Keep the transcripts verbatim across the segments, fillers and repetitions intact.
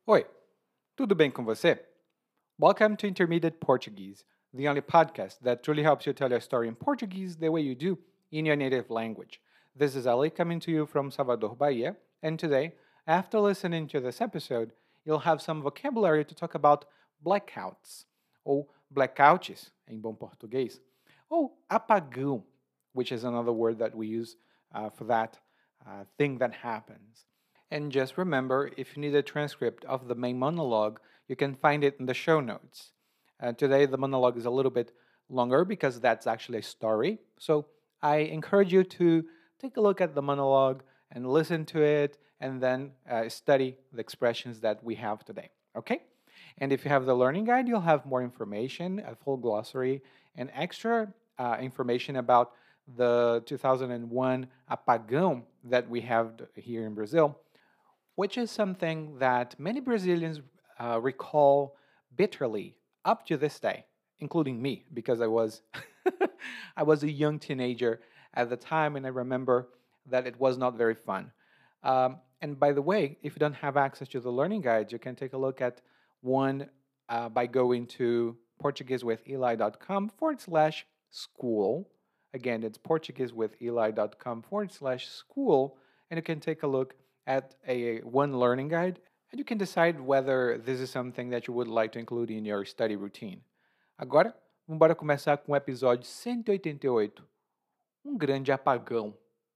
Oi, tudo bem com você? Welcome to Intermediate Portuguese, the only podcast that truly helps you tell your story in Portuguese the way you do in your native language. This is Ali coming to you from Salvador, Bahia, and today, after listening to this episode, you'll have some vocabulary to talk about blackouts, ou blackouts em bom português, ou apagão, which is another word that we use uh, for that uh, thing that happens. And just remember, if you need a transcript of the main monologue, you can find it in the show notes. Uh, today, the monologue is a little bit longer because that's actually a story. So I encourage you to take a look at the monologue and listen to it and then uh, study the expressions that we have today. Okay? And if you have the learning guide, you'll have more information, a full glossary, and extra uh, information about the two thousand one apagão that we have here in Brazil, which is something that many Brazilians uh, recall bitterly up to this day, including me, because I was I was a young teenager at the time, and I remember that it was not very fun. Um, and by the way, if you don't have access to the learning guides, you can take a look at one uh, by going to portuguesewitheli.com forward slash school. Again, it's portuguesewitheli.com forward slash school, and you can take a look at a one learning guide, and you can decide whether this is something that you would like to include in your study routine. Agora, vamos começar com o episódio cento e oitenta e oito, um grande apagão.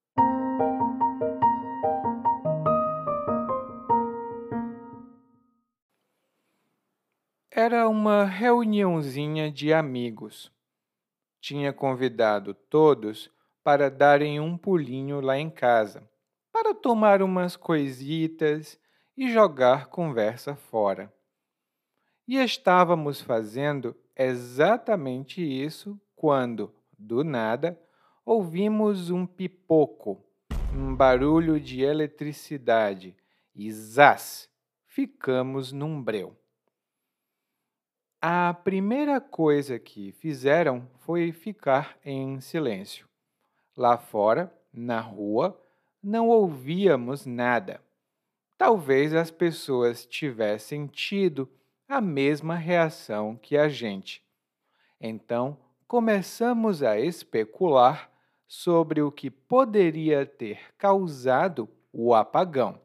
Era uma reuniãozinha de amigos. Tinha convidado todos para darem um pulinho lá em casa, para tomar umas coisitas e jogar conversa fora. E estávamos fazendo exatamente isso quando, do nada, ouvimos um pipoco, um barulho de eletricidade e zás, ficamos num breu. A primeira coisa que fizeram foi ficar em silêncio. Lá fora, na rua, não ouvíamos nada. Talvez as pessoas tivessem tido a mesma reação que a gente. Então, começamos a especular sobre o que poderia ter causado o apagão.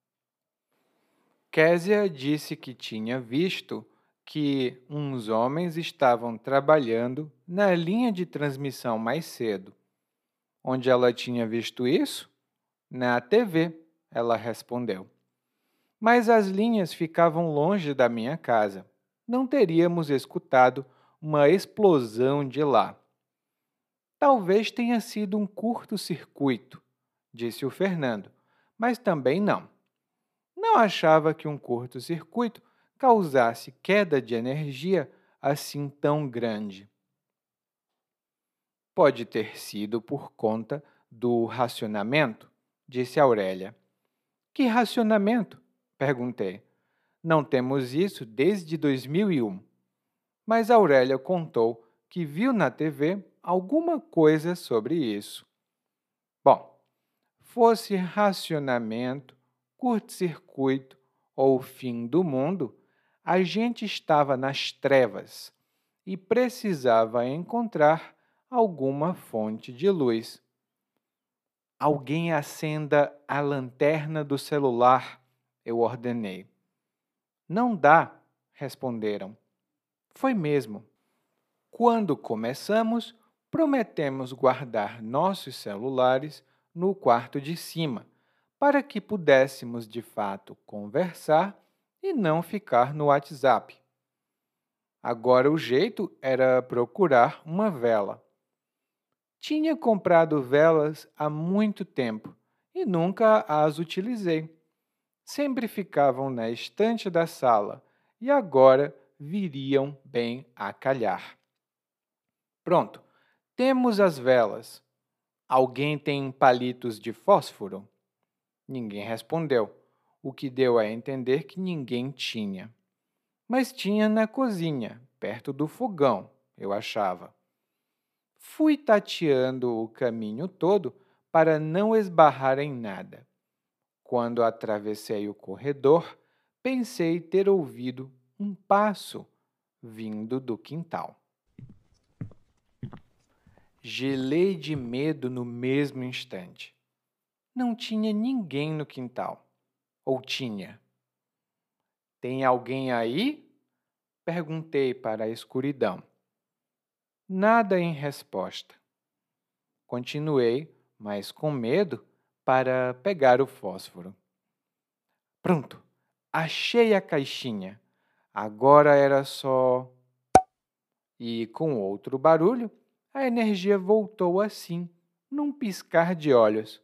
Késia disse que tinha visto que uns homens estavam trabalhando na linha de transmissão mais cedo. Onde ela tinha visto isso? Na T V, ela respondeu. Mas as linhas ficavam longe da minha casa. Não teríamos escutado uma explosão de lá. Talvez tenha sido um curto-circuito, disse o Fernando, mas também não. Não achava que um curto-circuito causasse queda de energia assim tão grande. Pode ter sido por conta do racionamento, disse Aurélia. Que racionamento? Perguntei. Não temos isso desde dois mil e um. Mas Aurélia contou que viu na T V alguma coisa sobre isso. Bom, fosse racionamento, curto-circuito ou fim do mundo, a gente estava nas trevas e precisava encontrar alguma fonte de luz. Alguém acenda a lanterna do celular, eu ordenei. Não dá, responderam. Foi mesmo. Quando começamos, prometemos guardar nossos celulares no quarto de cima, para que pudéssemos de fato conversar e não ficar no WhatsApp. Agora o jeito era procurar uma vela. Tinha comprado velas há muito tempo e nunca as utilizei. Sempre ficavam na estante da sala e agora viriam bem a calhar. Pronto, temos as velas. Alguém tem palitos de fósforo? Ninguém respondeu, o que deu a entender que ninguém tinha. Mas tinha na cozinha, perto do fogão, eu achava. Fui tateando o caminho todo para não esbarrar em nada. Quando atravessei o corredor, pensei ter ouvido um passo vindo do quintal. Gelei de medo no mesmo instante. Não tinha ninguém no quintal. Ou tinha? Tem alguém aí? Perguntei para a escuridão. Nada em resposta. Continuei, mas com medo, para pegar o fósforo. Pronto, achei a caixinha. Agora era só... E com outro barulho, a energia voltou assim, num piscar de olhos.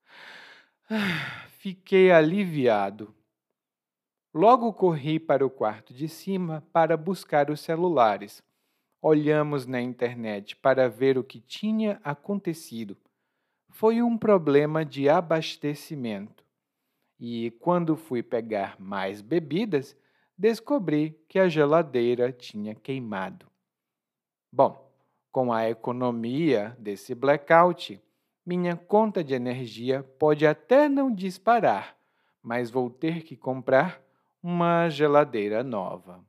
Fiquei aliviado. Logo corri para o quarto de cima para buscar os celulares. Olhamos na internet para ver o que tinha acontecido. Foi um problema de abastecimento. E quando fui pegar mais bebidas, descobri que a geladeira tinha queimado. Bom, com a economia desse blackout, minha conta de energia pode até não disparar, mas vou ter que comprar uma geladeira nova.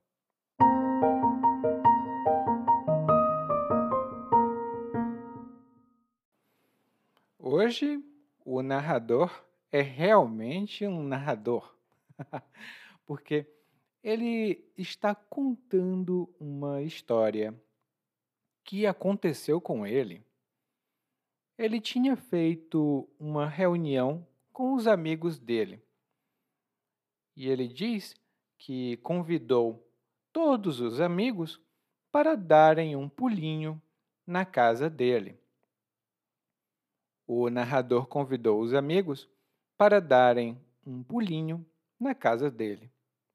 Hoje, o narrador é realmente um narrador, porque ele está contando uma história que aconteceu com ele. Ele tinha feito uma reunião com os amigos dele e ele diz que convidou todos os amigos para darem um pulinho na casa dele. O narrador convidou os amigos para darem um pulinho na casa dele.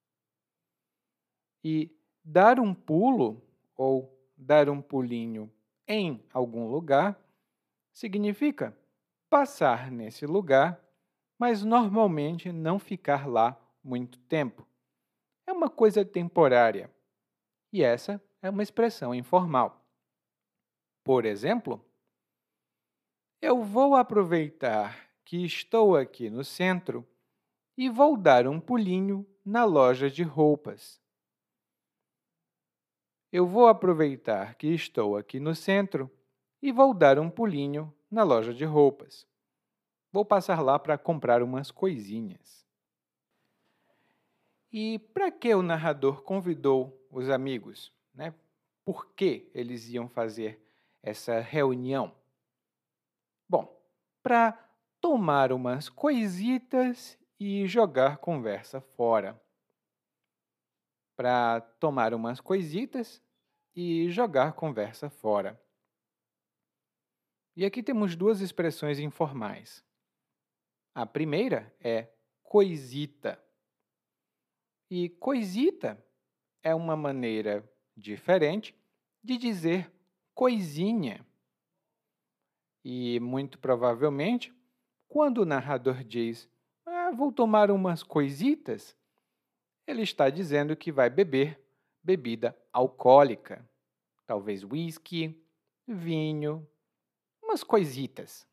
E dar um pulo ou dar um pulinho em algum lugar significa passar nesse lugar, mas normalmente não ficar lá muito tempo. É uma coisa temporária. E essa é uma expressão informal. Por exemplo, eu vou aproveitar que estou aqui no centro e vou dar um pulinho na loja de roupas. Eu vou aproveitar que estou aqui no centro e vou dar um pulinho na loja de roupas. Vou passar lá para comprar umas coisinhas. E para que o narrador convidou os amigos? Né? Por que eles iam fazer essa reunião? Bom, para tomar umas coisitas e jogar conversa fora. Para tomar umas coisitas e jogar conversa fora. E aqui temos duas expressões informais. A primeira é coisita. E coisita é uma maneira diferente de dizer coisinha. E, muito provavelmente, quando o narrador diz ah, vou tomar umas coisitas, ele está dizendo que vai beber bebida alcoólica. Talvez whisky, vinho, umas coisitas.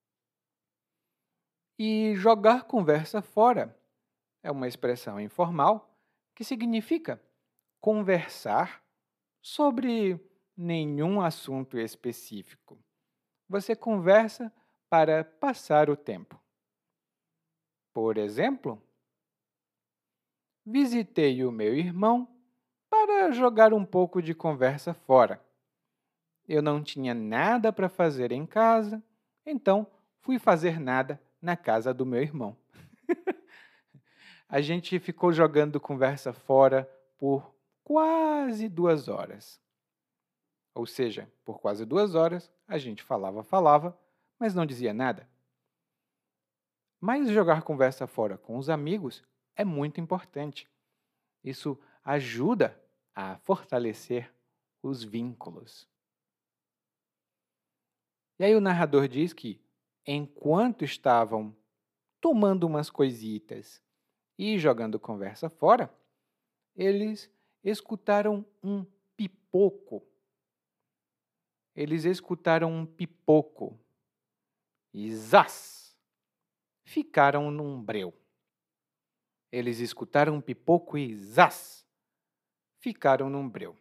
E jogar conversa fora é uma expressão informal que significa conversar sobre nenhum assunto específico. Você conversa para passar o tempo. Por exemplo, visitei o meu irmão para jogar um pouco de conversa fora. Eu não tinha nada para fazer em casa, então fui fazer nada na casa do meu irmão. A gente ficou jogando conversa fora por quase duas horas. Ou seja, por quase duas horas, a gente falava, falava, mas não dizia nada. Mas jogar conversa fora com os amigos é muito importante. Isso ajuda a fortalecer os vínculos. E aí o narrador diz que, enquanto estavam tomando umas coisitas e jogando conversa fora, eles escutaram um pipoco. Eles escutaram um pipoco e zás! Ficaram num breu. Eles escutaram um pipoco e zás! Ficaram num breu.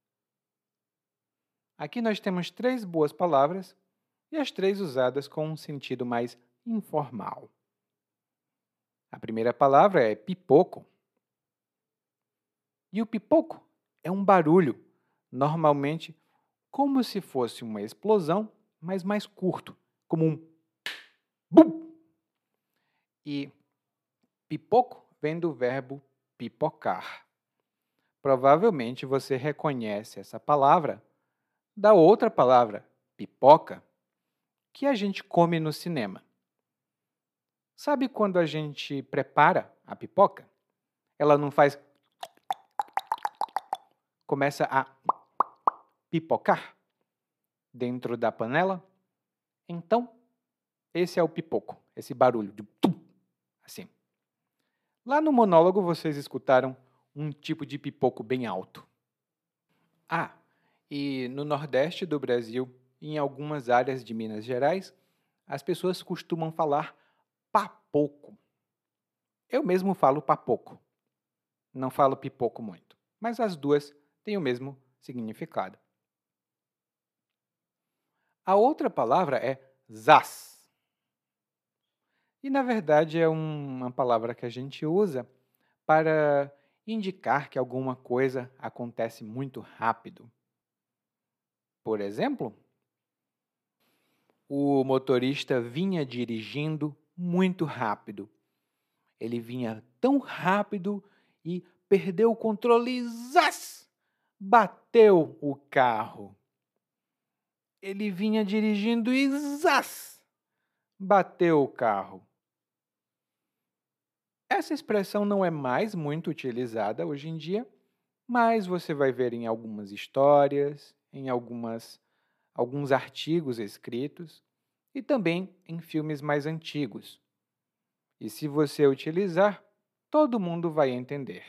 Aqui nós temos três boas palavras e as três usadas com um sentido mais informal. A primeira palavra é pipoco. E o pipoco é um barulho, normalmente como se fosse uma explosão, mas mais curto, como um bum. E pipoco vem do verbo pipocar. Provavelmente você reconhece essa palavra da outra palavra, pipoca, que a gente come no cinema. Sabe quando a gente prepara a pipoca? Ela não faz... Começa a pipocar dentro da panela? Então, esse é o pipoco, esse barulho de tum, assim. Lá no monólogo vocês escutaram um tipo de pipoco bem alto. Ah, e no Nordeste do Brasil e em algumas áreas de Minas Gerais, as pessoas costumam falar papoco. Eu mesmo falo papoco. Não falo pipoco muito, mas as duas têm o mesmo significado. A outra palavra é zás. E, na verdade, é uma palavra que a gente usa para indicar que alguma coisa acontece muito rápido. Por exemplo, o motorista vinha dirigindo muito rápido. Ele vinha tão rápido e perdeu o controle e zás! Bateu o carro. Ele vinha dirigindo e zás! Bateu o carro. Essa expressão não é mais muito utilizada hoje em dia, mas você vai ver em algumas histórias, em algumas, alguns artigos escritos e também em filmes mais antigos. E se você utilizar, todo mundo vai entender.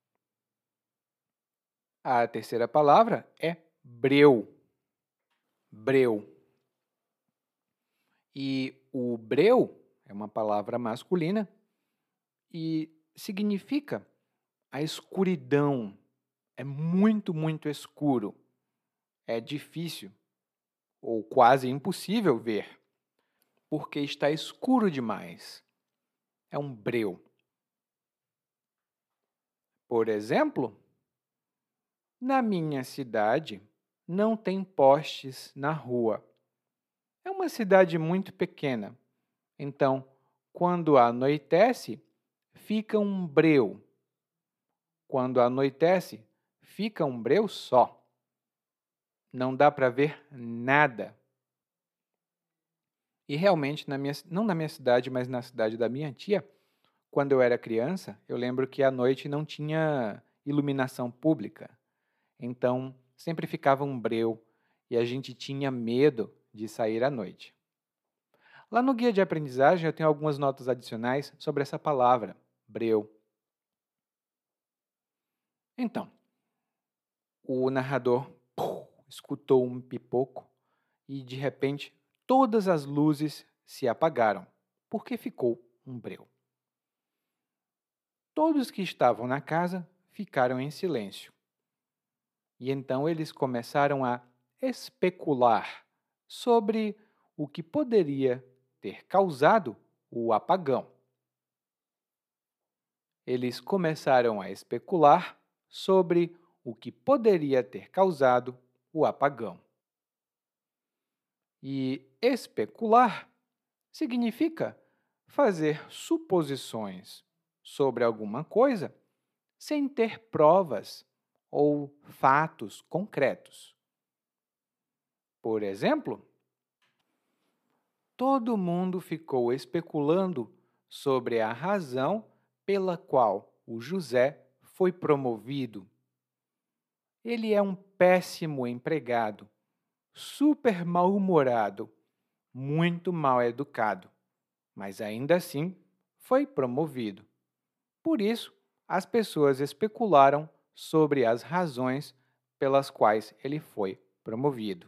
A terceira palavra é breu. Breu. E o breu é uma palavra masculina e significa a escuridão. É muito, muito escuro. É difícil ou quase impossível ver, porque está escuro demais. É um breu. Por exemplo, na minha cidade não tem postes na rua. É uma cidade muito pequena, então, quando anoitece, fica um breu. Quando anoitece, fica um breu só. Não dá para ver nada. E realmente, na minha, não na minha cidade, mas na cidade da minha tia, quando eu era criança, eu lembro que à noite não tinha iluminação pública. Então, sempre ficava um breu e a gente tinha medo de sair à noite. Lá no guia de aprendizagem eu tenho algumas notas adicionais sobre essa palavra, breu. Então, o narrador puf, escutou um pipoco e, de repente, todas as luzes se apagaram, porque ficou um breu. Todos que estavam na casa ficaram em silêncio. E então eles começaram a especular sobre o que poderia ter causado o apagão. Eles começaram a especular sobre o que poderia ter causado o apagão. E especular significa fazer suposições sobre alguma coisa sem ter provas ou fatos concretos. Por exemplo, todo mundo ficou especulando sobre a razão pela qual o José foi promovido. Ele é um péssimo empregado, super mal-humorado, muito mal educado, mas ainda assim foi promovido. Por isso, as pessoas especularam sobre as razões pelas quais ele foi promovido.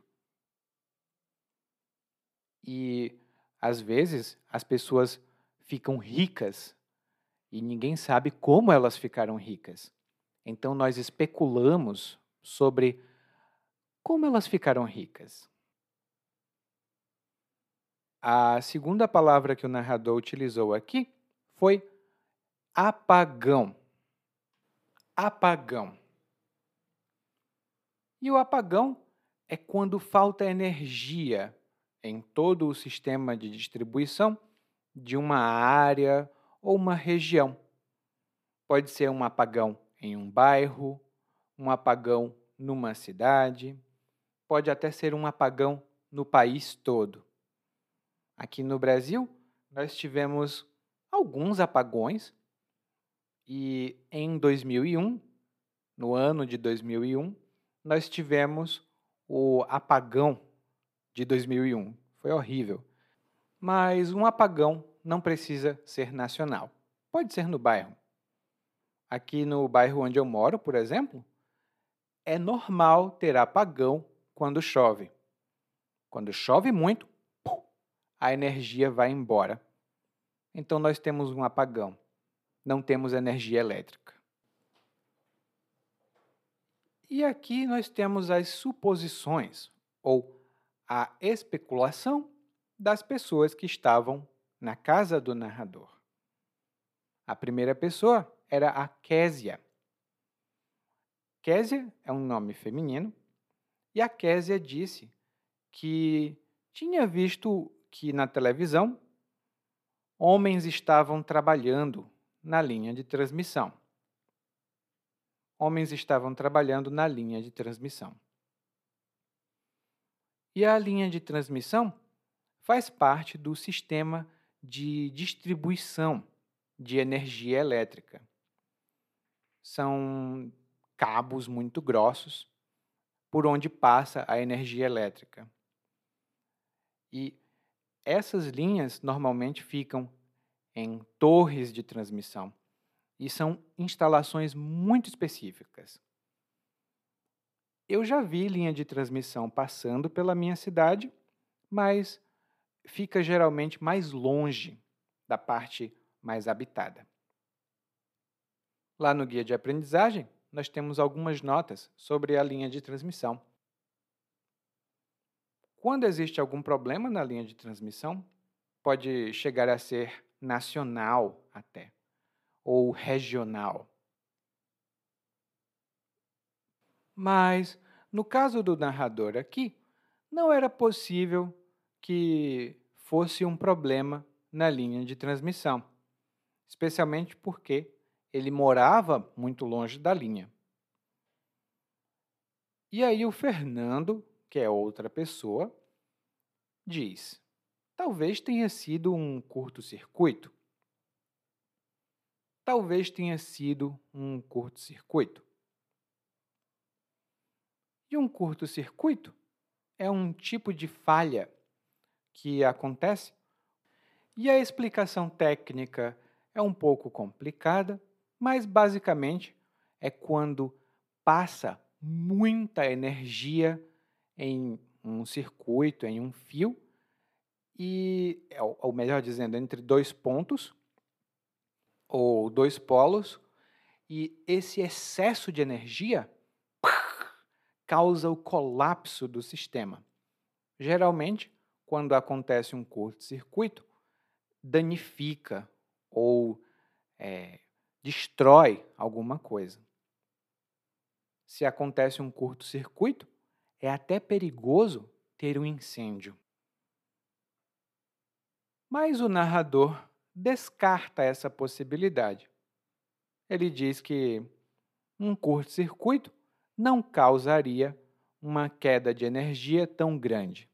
E, às vezes, as pessoas ficam ricas e ninguém sabe como elas ficaram ricas. Então, nós especulamos sobre como elas ficaram ricas. A segunda palavra que o narrador utilizou aqui foi apagão. Apagão. E o apagão é quando falta energia em todo o sistema de distribuição de uma área ou uma região. Pode ser um apagão em um bairro, um apagão numa cidade, pode até ser um apagão no país todo. Aqui no Brasil, nós tivemos alguns apagões e em dois mil e um, no ano de dois mil e um, nós tivemos o apagão de dois mil e um. Foi horrível. Mas um apagão não precisa ser nacional. Pode ser no bairro. Aqui no bairro onde eu moro, por exemplo, é normal ter apagão quando chove. Quando chove muito, a energia vai embora. Então, nós temos um apagão. Não temos energia elétrica. E aqui nós temos as suposições, ou a especulação das pessoas que estavam na casa do narrador. A primeira pessoa era a Késia. Késia é um nome feminino, e a Késia disse que tinha visto que na televisão homens estavam trabalhando na linha de transmissão. Homens estavam trabalhando na linha de transmissão. E a linha de transmissão faz parte do sistema de distribuição de energia elétrica. São cabos muito grossos por onde passa a energia elétrica. E essas linhas normalmente ficam em torres de transmissão e são instalações muito específicas. Eu já vi linha de transmissão passando pela minha cidade, mas fica geralmente mais longe da parte mais habitada. Lá no guia de aprendizagem, nós temos algumas notas sobre a linha de transmissão. Quando existe algum problema na linha de transmissão, pode chegar a ser nacional até, ou regional. Mas, no caso do narrador aqui, não era possível que fosse um problema na linha de transmissão, especialmente porque ele morava muito longe da linha. E aí o Fernando, que é outra pessoa, diz: talvez tenha sido um curto-circuito. Talvez tenha sido um curto-circuito. E um curto-circuito é um tipo de falha que acontece, e a explicação técnica é um pouco complicada, mas basicamente é quando passa muita energia em um circuito, em um fio, e, ou melhor dizendo, entre dois pontos, ou dois polos, e esse excesso de energia causa o colapso do sistema. Geralmente, quando acontece um curto-circuito, danifica ou é, destrói alguma coisa. Se acontece um curto-circuito, é até perigoso ter um incêndio. Mas o narrador descarta essa possibilidade. Ele diz que um curto-circuito não causaria uma queda de energia tão grande.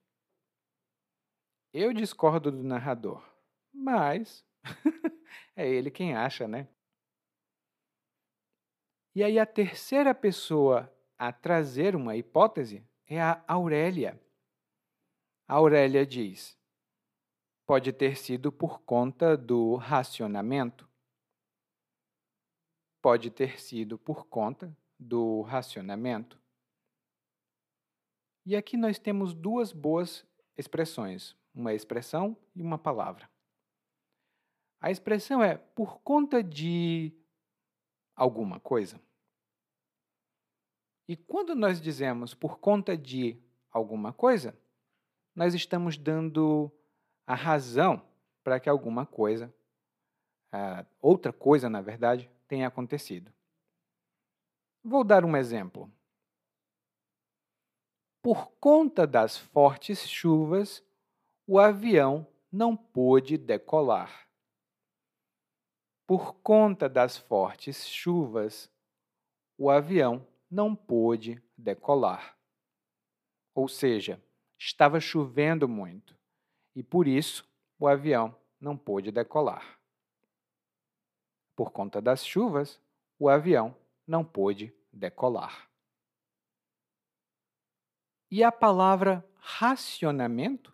Eu discordo do narrador, mas é ele quem acha, né? E aí a terceira pessoa a trazer uma hipótese é a Aurélia. A Aurélia diz: pode ter sido por conta do racionamento. Pode ter sido por conta do racionamento. E aqui nós temos duas boas expressões, uma expressão e uma palavra. A expressão é por conta de alguma coisa. E quando nós dizemos por conta de alguma coisa, nós estamos dando a razão para que alguma coisa, ah, outra coisa, na verdade, tenha acontecido. Vou dar um exemplo. Por conta das fortes chuvas, o avião não pôde decolar. Por conta das fortes chuvas, o avião não pôde decolar. Ou seja, estava chovendo muito e, por isso, o avião não pôde decolar. Por conta das chuvas, o avião não pôde decolar. E a palavra racionamento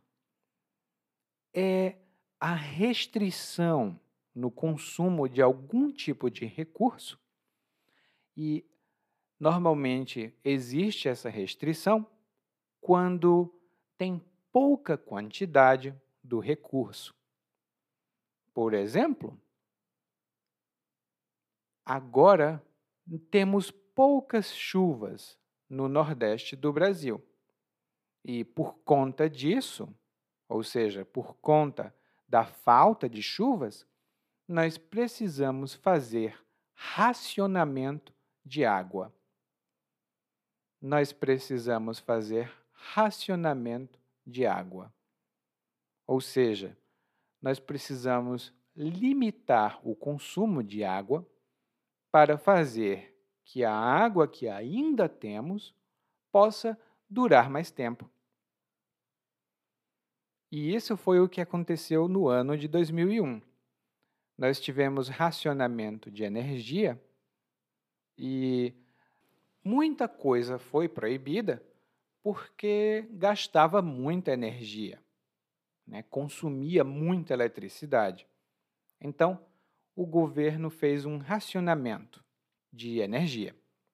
é a restrição no consumo de algum tipo de recurso e, normalmente, existe essa restrição quando tem pouca quantidade do recurso. Por exemplo, agora temos poucas chuvas no Nordeste do Brasil. E por conta disso, ou seja, por conta da falta de chuvas, nós precisamos fazer racionamento de água. Nós precisamos fazer racionamento de água. Ou seja, nós precisamos limitar o consumo de água para fazer que a água que ainda temos possa durar mais tempo. E isso foi o que aconteceu no ano de dois mil e um. Nós tivemos racionamento de energia e muita coisa foi proibida porque gastava muita energia, né? Consumia muita eletricidade. Então, o governo fez um racionamento de energia.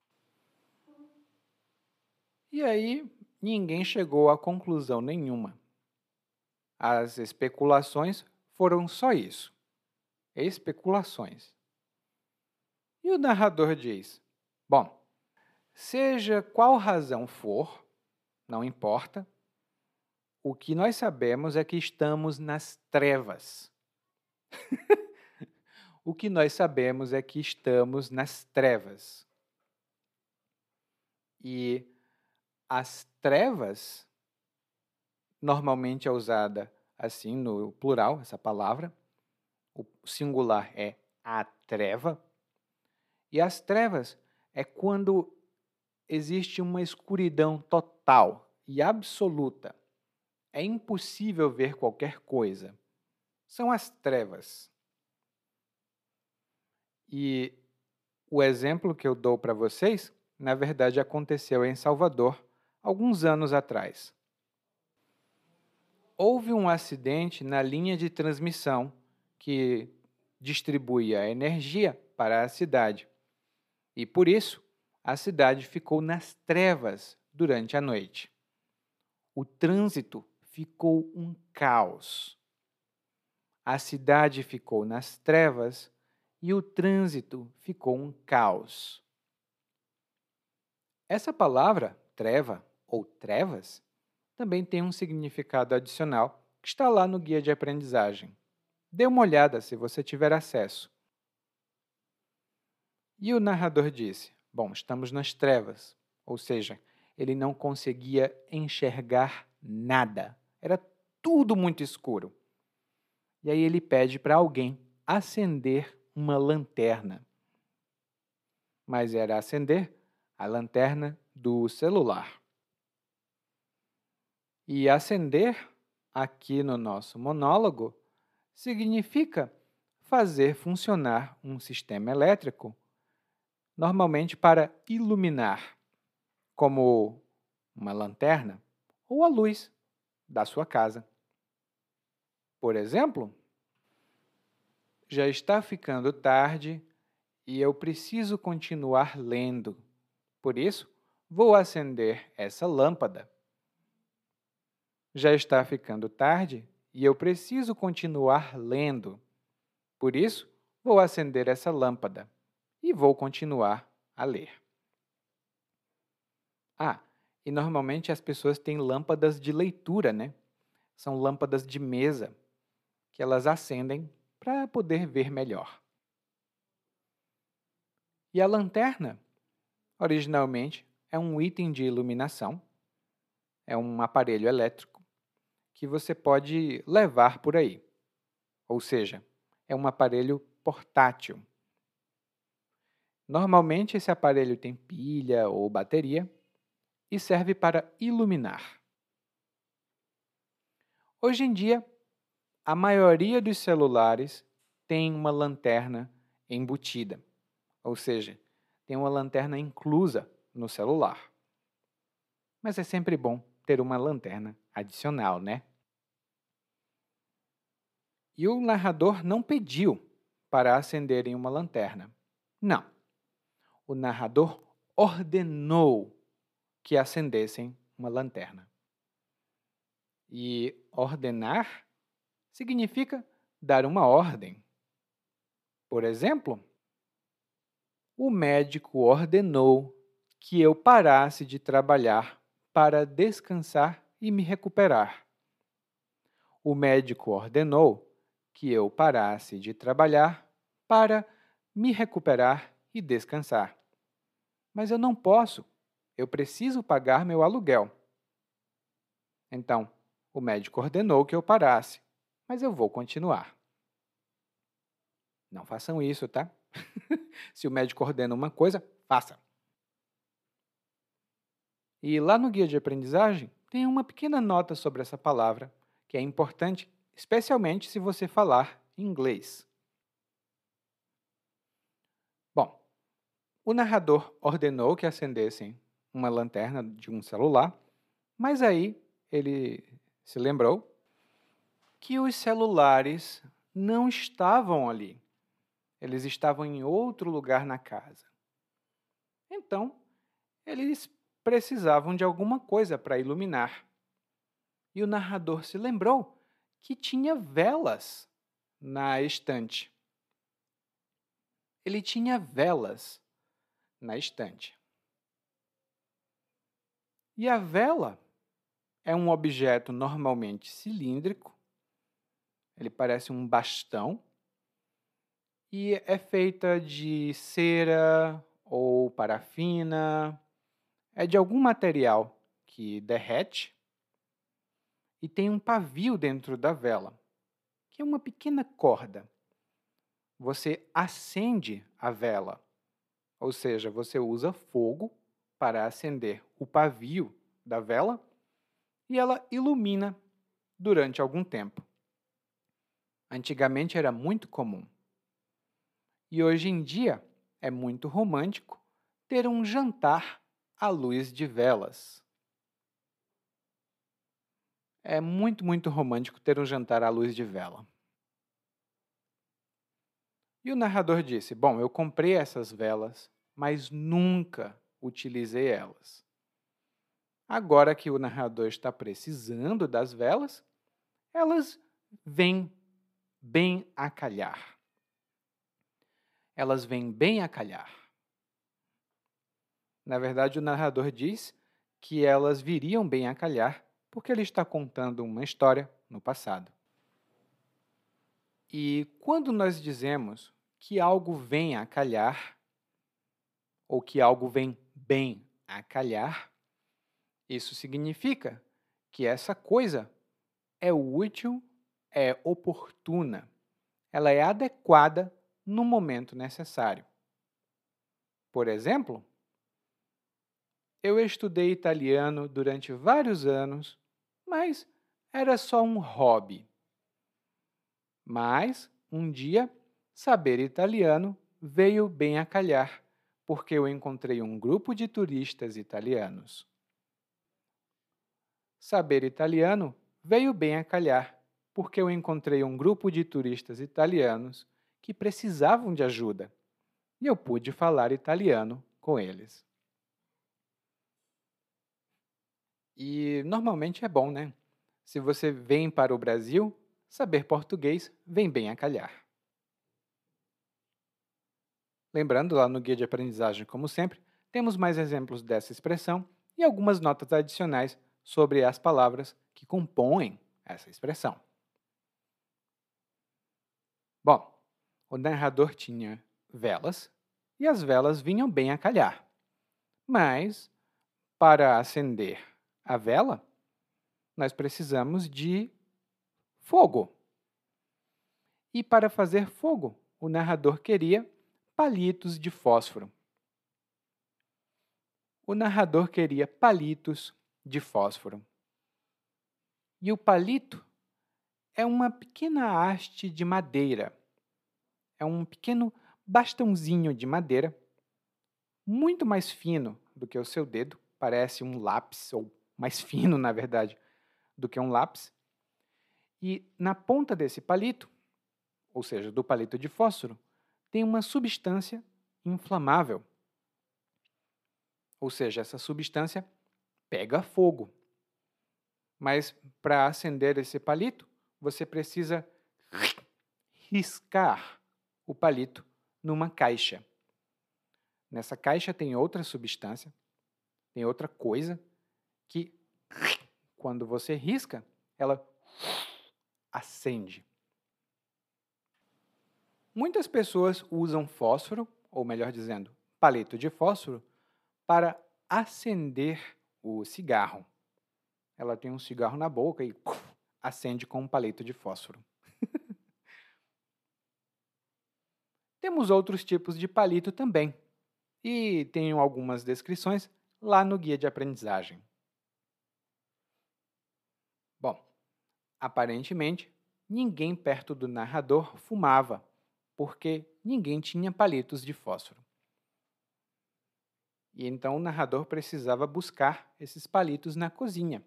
E aí, ninguém chegou a conclusão nenhuma. As especulações foram só isso, especulações. E o narrador diz, bom, seja qual razão for, não importa, o que nós sabemos é que estamos nas trevas. O que nós sabemos é que estamos nas trevas. E as trevas, normalmente é usada assim no plural, essa palavra. O singular é a treva. E as trevas é quando existe uma escuridão total e absoluta. É impossível ver qualquer coisa. São as trevas. E o exemplo que eu dou para vocês, na verdade, aconteceu em Salvador, alguns anos atrás. Houve um acidente na linha de transmissão que distribui a energia para a cidade. E, por isso, a cidade ficou nas trevas durante a noite. O trânsito ficou um caos. A cidade ficou nas trevas e o trânsito ficou um caos. Essa palavra, treva ou trevas, também tem um significado adicional que está lá no guia de aprendizagem. Dê uma olhada se você tiver acesso. E o narrador disse, bom, estamos nas trevas, ou seja, ele não conseguia enxergar nada. Era tudo muito escuro. E aí ele pede para alguém acender uma lanterna. Mas era acender a lanterna do celular. E acender, aqui no nosso monólogo, significa fazer funcionar um sistema elétrico, normalmente para iluminar, como uma lanterna ou a luz da sua casa. Por exemplo, já está ficando tarde e eu preciso continuar lendo. Por isso, vou acender essa lâmpada. Já está ficando tarde e eu preciso continuar lendo. Por isso, vou acender essa lâmpada e vou continuar a ler. Ah, e normalmente as pessoas têm lâmpadas de leitura, né? São lâmpadas de mesa que elas acendem para poder ver melhor. E a lanterna, originalmente, é um item de iluminação, é um aparelho elétrico que você pode levar por aí. Ou seja, é um aparelho portátil. Normalmente, esse aparelho tem pilha ou bateria e serve para iluminar. Hoje em dia, a maioria dos celulares tem uma lanterna embutida, ou seja, tem uma lanterna inclusa no celular. Mas é sempre bom ter uma lanterna adicional, né? E o narrador não pediu para acenderem uma lanterna. Não. O narrador ordenou que acendessem uma lanterna. E ordenar significa dar uma ordem. Por exemplo, o médico ordenou que eu parasse de trabalhar para descansar e me recuperar. O médico ordenou que eu parasse de trabalhar para me recuperar e descansar. Mas eu não posso. Eu preciso pagar meu aluguel. Então, o médico ordenou que eu parasse, mas eu vou continuar. Não façam isso, tá? Se o médico ordena uma coisa, faça. E lá no guia de aprendizagem tem uma pequena nota sobre essa palavra, que é importante, especialmente se você falar inglês. Bom, o narrador ordenou que acendessem uma lanterna de um celular, mas aí ele se lembrou que os celulares não estavam ali. Eles estavam em outro lugar na casa. Então, eles precisavam de alguma coisa para iluminar. E o narrador se lembrou que tinha velas na estante. Ele tinha velas na estante. E a vela é um objeto normalmente cilíndrico, ele parece um bastão, e é feita de cera ou parafina, é de algum material que derrete, e tem um pavio dentro da vela, que é uma pequena corda. Você acende a vela, ou seja, você usa fogo para acender o pavio da vela e ela ilumina durante algum tempo. Antigamente era muito comum. E hoje em dia é muito romântico ter um jantar à luz de velas. É muito, muito romântico ter um jantar à luz de vela. E o narrador disse: bom, eu comprei essas velas, mas nunca utilizei elas. Agora que o narrador está precisando das velas, elas vêm bem a calhar. Elas vêm bem a calhar. Na verdade, o narrador diz que elas viriam bem a calhar porque ele está contando uma história no passado. E quando nós dizemos que algo vem a calhar, ou que algo vem bem a calhar, isso significa que essa coisa é útil, é oportuna, ela é adequada no momento necessário. Por exemplo, eu estudei italiano durante vários anos, mas era só um hobby. Mas, um dia, saber italiano veio bem a calhar, porque eu encontrei um grupo de turistas italianos. Saber italiano veio bem a calhar, porque eu encontrei um grupo de turistas italianos que precisavam de ajuda, e eu pude falar italiano com eles. E normalmente é bom, né? Se você vem para o Brasil, saber português vem bem a calhar. Lembrando, lá no guia de aprendizagem, como sempre, temos mais exemplos dessa expressão e algumas notas adicionais sobre as palavras que compõem essa expressão. Bom, o narrador tinha velas e as velas vinham bem a calhar. Mas, para acender a vela, nós precisamos de fogo. E para fazer fogo, o narrador queria palitos de fósforo. O narrador queria palitos de fósforo. E o palito é uma pequena haste de madeira. É um pequeno bastãozinho de madeira, muito mais fino do que o seu dedo, parece um lápis, ou mais fino, na verdade, do que um lápis. E na ponta desse palito, ou seja, do palito de fósforo, tem uma substância inflamável. Ou seja, essa substância pega fogo. Mas para acender esse palito, você precisa riscar o palito numa caixa. Nessa caixa tem outra substância, tem outra coisa que, quando você risca, ela acende. Muitas pessoas usam fósforo, ou melhor dizendo, palito de fósforo, para acender o cigarro. Ela tem um cigarro na boca e acende com um palito de fósforo. Temos outros tipos de palito também, e tenho algumas descrições lá no guia de aprendizagem. Bom, aparentemente, ninguém perto do narrador fumava, porque ninguém tinha palitos de fósforo. E então o narrador precisava buscar esses palitos na cozinha.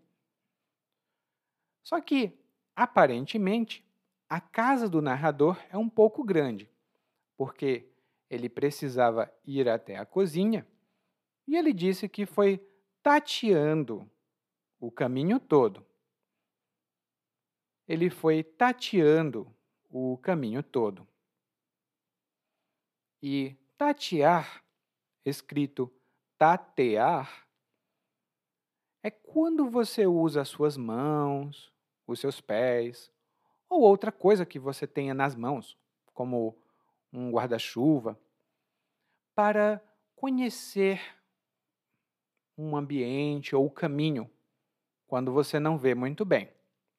Só que, aparentemente, a casa do narrador é um pouco grande, porque ele precisava ir até a cozinha e ele disse que foi tateando o caminho todo. Ele foi tateando o caminho todo. E tatear, escrito tatear, é quando você usa as suas mãos, os seus pés, ou outra coisa que você tenha nas mãos, como um guarda-chuva, para conhecer um ambiente ou o caminho quando você não vê muito bem.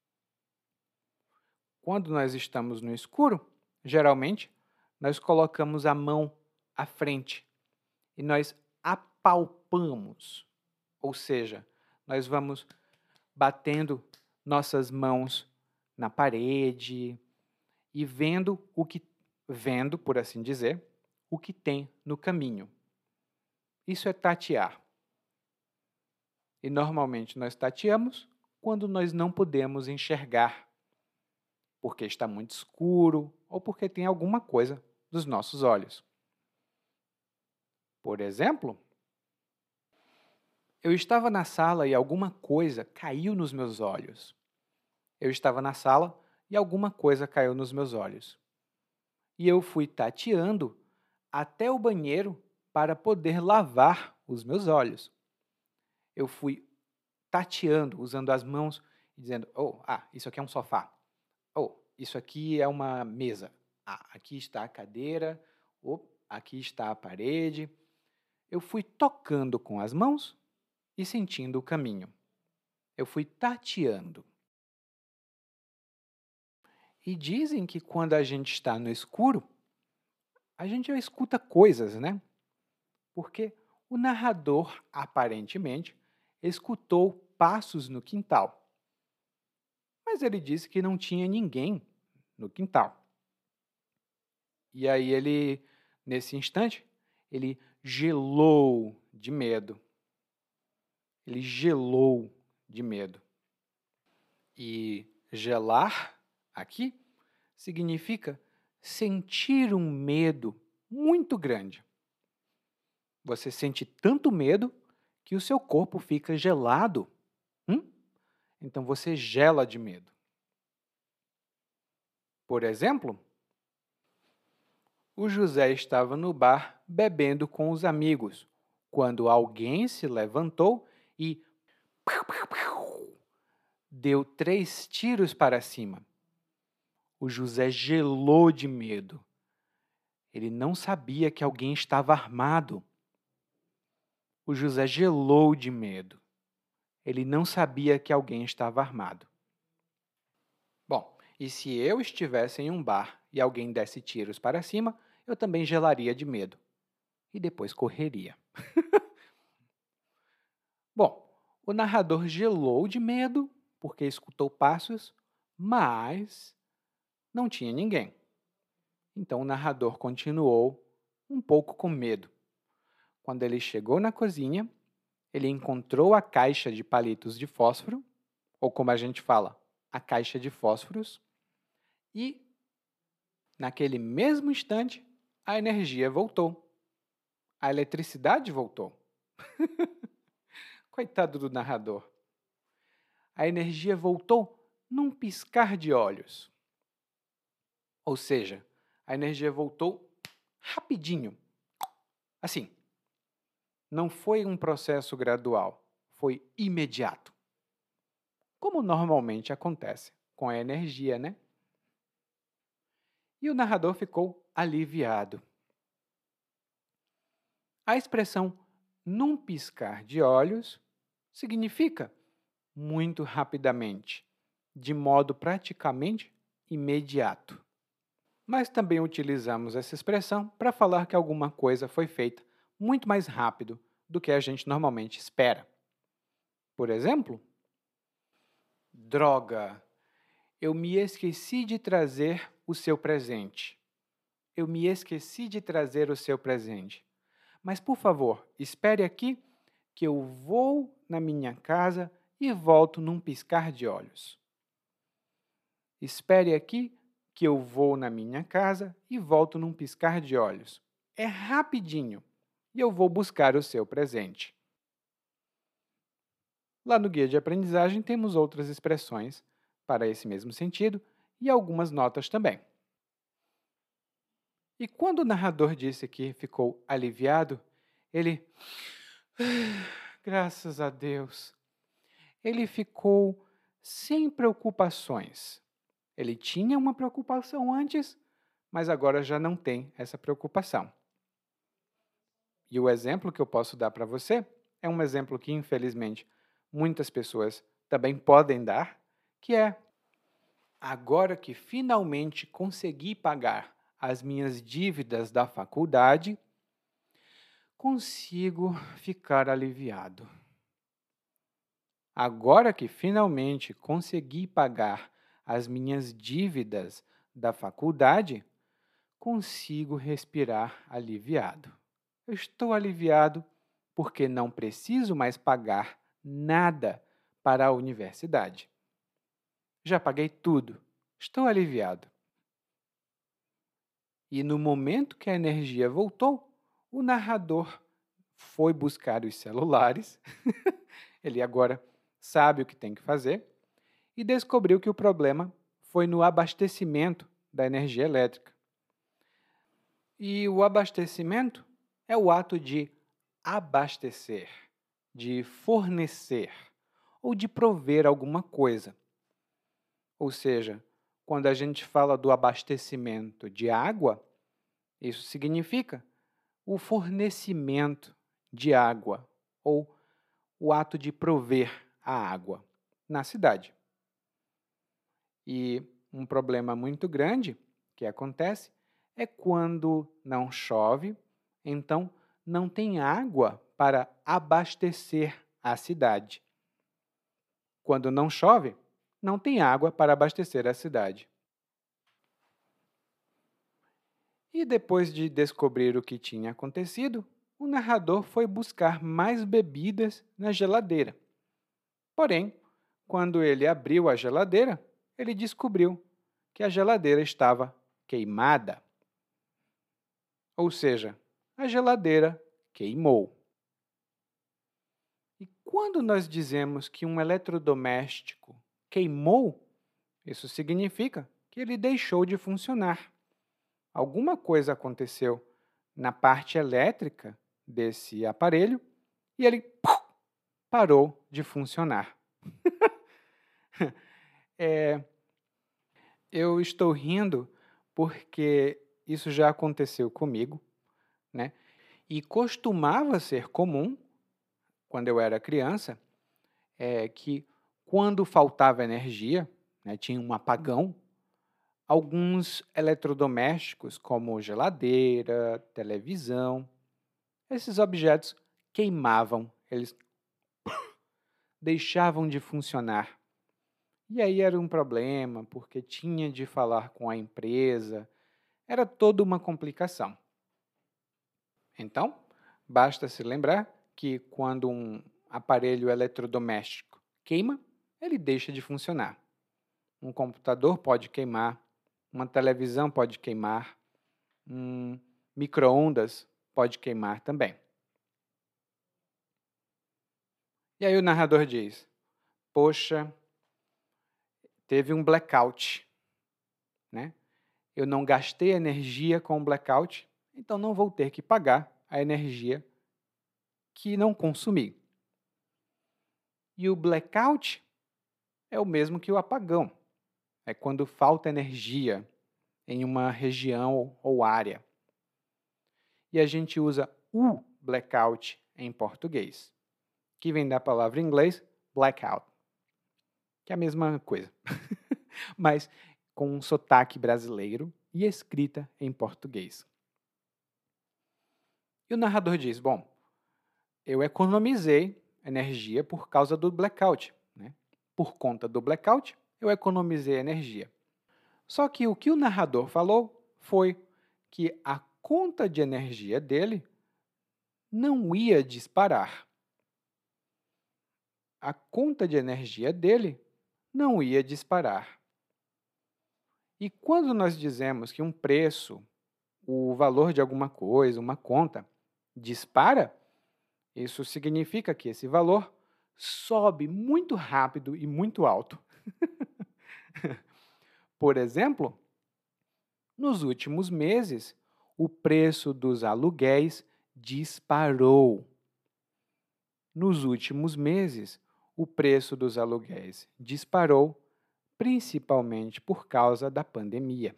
Quando nós estamos no escuro, geralmente, nós colocamos a mão à frente e nós apalpamos, ou seja, nós vamos batendo nossas mãos na parede e vendo o que vendo, por assim dizer, o que tem no caminho. Isso é tatear. E normalmente nós tateamos quando nós não podemos enxergar, porque está muito escuro ou porque tem alguma coisa dos nossos olhos. Por exemplo, eu estava na sala e alguma coisa caiu nos meus olhos. Eu estava na sala e alguma coisa caiu nos meus olhos. E eu fui tateando até o banheiro para poder lavar os meus olhos. Eu fui tateando, usando as mãos e dizendo, oh, ah, isso aqui é um sofá. Oh, isso aqui é uma mesa. Ah, aqui está a cadeira. Oh, aqui está a parede. Eu fui tocando com as mãos e sentindo o caminho. Eu fui tateando. E dizem que quando a gente está no escuro, a gente já escuta coisas, né? Porque o narrador, aparentemente, escutou passos no quintal. Mas ele disse que não tinha ninguém no quintal. E aí ele, nesse instante, ele gelou de medo. Ele gelou de medo. E gelar, aqui, significa sentir um medo muito grande. Você sente tanto medo que o seu corpo fica gelado. Hum? Então você gela de medo. Por exemplo, O José estava no bar bebendo com os amigos, quando alguém se levantou e deu três tiros para cima. O José gelou de medo. Ele não sabia que alguém estava armado. O José gelou de medo. Ele não sabia que alguém estava armado. Bom, e se eu estivesse em um bar e alguém desse tiros para cima, eu também gelaria de medo. E depois correria. Bom, o narrador gelou de medo porque escutou passos, mas não tinha ninguém. Então o narrador continuou um pouco com medo. Quando ele chegou na cozinha, ele encontrou a caixa de palitos de fósforo, ou como a gente fala, a caixa de fósforos, e, naquele mesmo instante, a energia voltou. A eletricidade voltou. Coitado do narrador. A energia voltou num piscar de olhos. Ou seja, a energia voltou rapidinho. Assim, não foi um processo gradual, foi imediato. Como normalmente acontece com a energia, né? E o narrador ficou aliviado. A expressão num piscar de olhos significa muito rapidamente, de modo praticamente imediato. Mas também utilizamos essa expressão para falar que alguma coisa foi feita muito mais rápido do que a gente normalmente espera. Por exemplo, droga, eu me esqueci de trazer o seu presente. Eu me esqueci de trazer o seu presente. Mas, por favor, espere aqui que eu vou na minha casa e volto num piscar de olhos. Espere aqui que eu vou na minha casa e volto num piscar de olhos. É rapidinho e eu vou buscar o seu presente. Lá no guia de aprendizagem temos outras expressões para esse mesmo sentido e algumas notas também. E quando o narrador disse que ficou aliviado, ele... Graças a Deus. Ele ficou sem preocupações. Ele tinha uma preocupação antes, mas agora já não tem essa preocupação. E o exemplo que eu posso dar para você é um exemplo que, infelizmente, muitas pessoas também podem dar, que é: agora que finalmente consegui pagar as minhas dívidas da faculdade, consigo ficar aliviado. Agora que finalmente consegui pagar as minhas dívidas da faculdade, consigo respirar aliviado. Eu estou aliviado porque não preciso mais pagar nada para a universidade. Já paguei tudo. Estou aliviado. E no momento que a energia voltou, o narrador foi buscar os celulares. Ele agora sabe o que tem que fazer e descobriu que o problema foi no abastecimento da energia elétrica. E o abastecimento é o ato de abastecer, de fornecer ou de prover alguma coisa. Ou seja, quando a gente fala do abastecimento de água, isso significa o fornecimento de água ou o ato de prover a água na cidade. E um problema muito grande que acontece é quando não chove, então não tem água para abastecer a cidade. Quando não chove, não tem água para abastecer a cidade. E depois de descobrir o que tinha acontecido, o narrador foi buscar mais bebidas na geladeira. Porém, quando ele abriu a geladeira, ele descobriu que a geladeira estava queimada. Ou seja, a geladeira queimou. E quando nós dizemos que um eletrodoméstico queimou, isso significa que ele deixou de funcionar. alguma coisa aconteceu na parte elétrica desse aparelho e ele puf, parou de funcionar. É, eu estou rindo porque isso já aconteceu comigo, né? E costumava ser comum, quando eu era criança, é que quando faltava energia, né, tinha um apagão, alguns eletrodomésticos, como geladeira, televisão, esses objetos queimavam, eles deixavam de funcionar. E aí era um problema, porque tinha de falar com a empresa, era toda uma complicação. Então, basta se lembrar que quando um aparelho eletrodoméstico queima, ele deixa de funcionar. Um computador pode queimar, uma televisão pode queimar, um micro-ondas pode queimar também. E aí o narrador diz, poxa, teve um blackout, né? Eu não gastei energia com o blackout, então não vou ter que pagar a energia que não consumi. E o blackout é o mesmo que o apagão. É quando falta energia em uma região ou área. E a gente usa o blackout em português, que vem da palavra em inglês blackout, que é a mesma coisa, mas com um sotaque brasileiro e escrita em português. E o narrador diz, bom, eu economizei energia por causa do blackout, né? Por conta do blackout, eu economizei energia. Só que o que o narrador falou foi que a conta de energia dele não ia disparar. A conta de energia dele não ia disparar. E quando nós dizemos que um preço, o valor de alguma coisa, uma conta, dispara, isso significa que esse valor sobe muito rápido e muito alto. Por exemplo, nos últimos meses, o preço dos aluguéis disparou. Nos últimos meses, o preço dos aluguéis disparou, principalmente por causa da pandemia.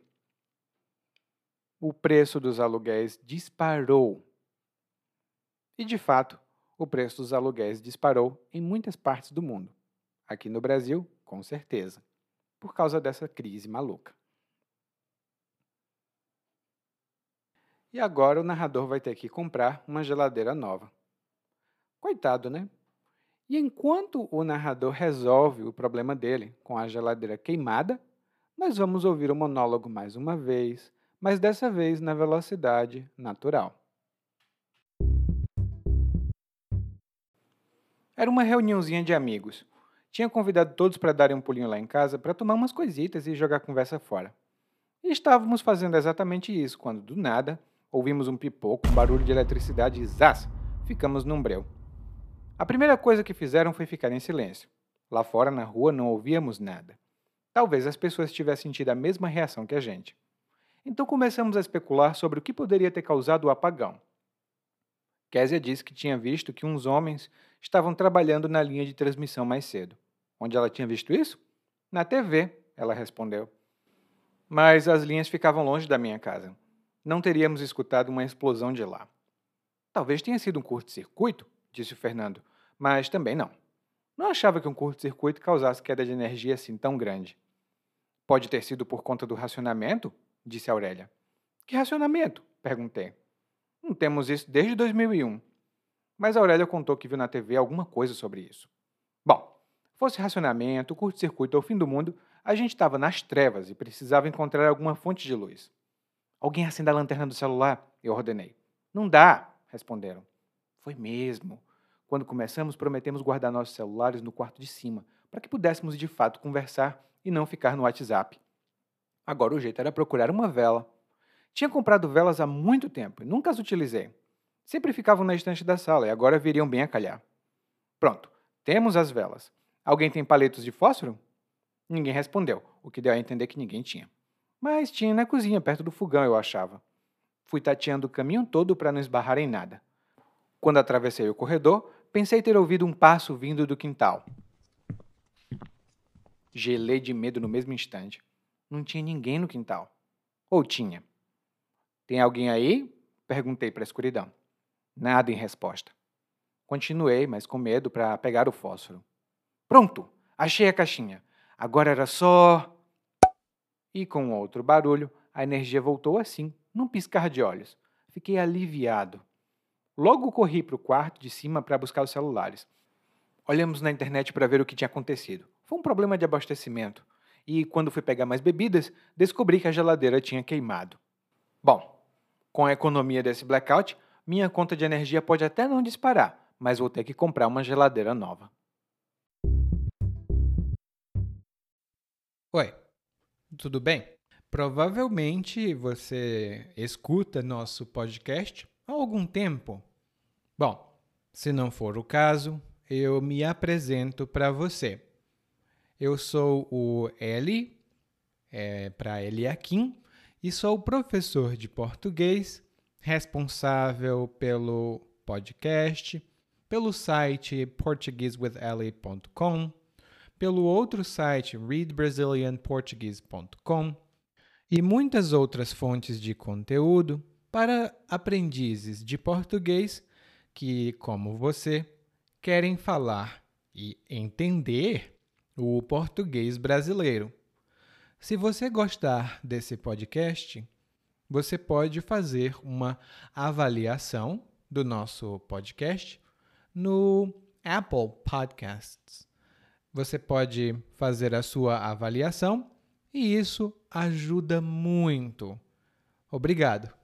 O preço dos aluguéis disparou. E, de fato, o preço dos aluguéis disparou em muitas partes do mundo. Aqui no Brasil, com certeza, por causa dessa crise maluca. E agora o narrador vai ter que comprar uma geladeira nova. Coitado, né? E enquanto o narrador resolve o problema dele com a geladeira queimada, nós vamos ouvir o monólogo mais uma vez, mas dessa vez na velocidade natural. Era uma reuniãozinha de amigos. Tinha convidado todos para darem um pulinho lá em casa para tomar umas coisitas e jogar a conversa fora. E estávamos fazendo exatamente isso, quando, do nada, ouvimos um pipoco, um barulho de eletricidade e zás! Ficamos num breu. A primeira coisa que fizeram foi ficar em silêncio. Lá fora, na rua, não ouvíamos nada. Talvez as pessoas tivessem tido a mesma reação que a gente. Então começamos a especular sobre o que poderia ter causado o apagão. Késia disse que tinha visto que uns homens estavam trabalhando na linha de transmissão mais cedo. Onde ela tinha visto isso? Na T V, ela respondeu. Mas as linhas ficavam longe da minha casa. Não teríamos escutado uma explosão de lá. Talvez tenha sido um curto-circuito, disse o Fernando, mas também não. Não achava que um curto-circuito causasse queda de energia assim tão grande. Pode ter sido por conta do racionamento? Disse Aurélia. Que racionamento? Perguntei. Não temos isso desde dois mil e um. Mas Aurélia contou que viu na T V alguma coisa sobre isso. Bom, fosse racionamento, curto-circuito ou fim do mundo, a gente estava nas trevas e precisava encontrar alguma fonte de luz. Alguém acenda a lanterna do celular? Eu ordenei. Não dá, responderam. Foi mesmo. Quando começamos, prometemos guardar nossos celulares no quarto de cima, para que pudéssemos de fato conversar e não ficar no WhatsApp. Agora o jeito era procurar uma vela. Tinha comprado velas há muito tempo e nunca as utilizei. Sempre ficavam na estante da sala e agora viriam bem a calhar. Pronto, temos as velas. Alguém tem palitos de fósforo? Ninguém respondeu, o que deu a entender que ninguém tinha. mas tinha na cozinha, perto do fogão, eu achava. Fui tateando o caminho todo para não esbarrar em nada. Quando atravessei o corredor, pensei ter ouvido um passo vindo do quintal. Gelei de medo no mesmo instante. Não tinha ninguém no quintal. Ou tinha? Tem alguém aí? Perguntei para a escuridão. Nada em resposta. Continuei, mas com medo, para pegar o fósforo. Pronto! Achei a caixinha. Agora era só... E com outro barulho, a energia voltou assim, num piscar de olhos. Fiquei aliviado. Logo corri para o quarto de cima para buscar os celulares. Olhamos na internet para ver o que tinha acontecido. Foi um problema de abastecimento. E quando fui pegar mais bebidas, descobri que a geladeira tinha queimado. Bom, com a economia desse blackout, minha conta de energia pode até não disparar, mas vou ter que comprar uma geladeira nova. Oi, tudo bem? Provavelmente você escuta nosso podcast há algum tempo. Bom, se não for o caso, eu me apresento para você. Eu sou o Eli, é, para Eliakim, e sou professor de português, responsável pelo podcast, pelo site portuguese with eli ponto com, pelo outro site read brazilian portuguese ponto com e muitas outras fontes de conteúdo para aprendizes de português que, como você, querem falar e entender o português brasileiro. Se você gostar desse podcast, você pode fazer uma avaliação do nosso podcast no Apple Podcasts. Você pode fazer a sua avaliação e isso ajuda muito. Obrigado.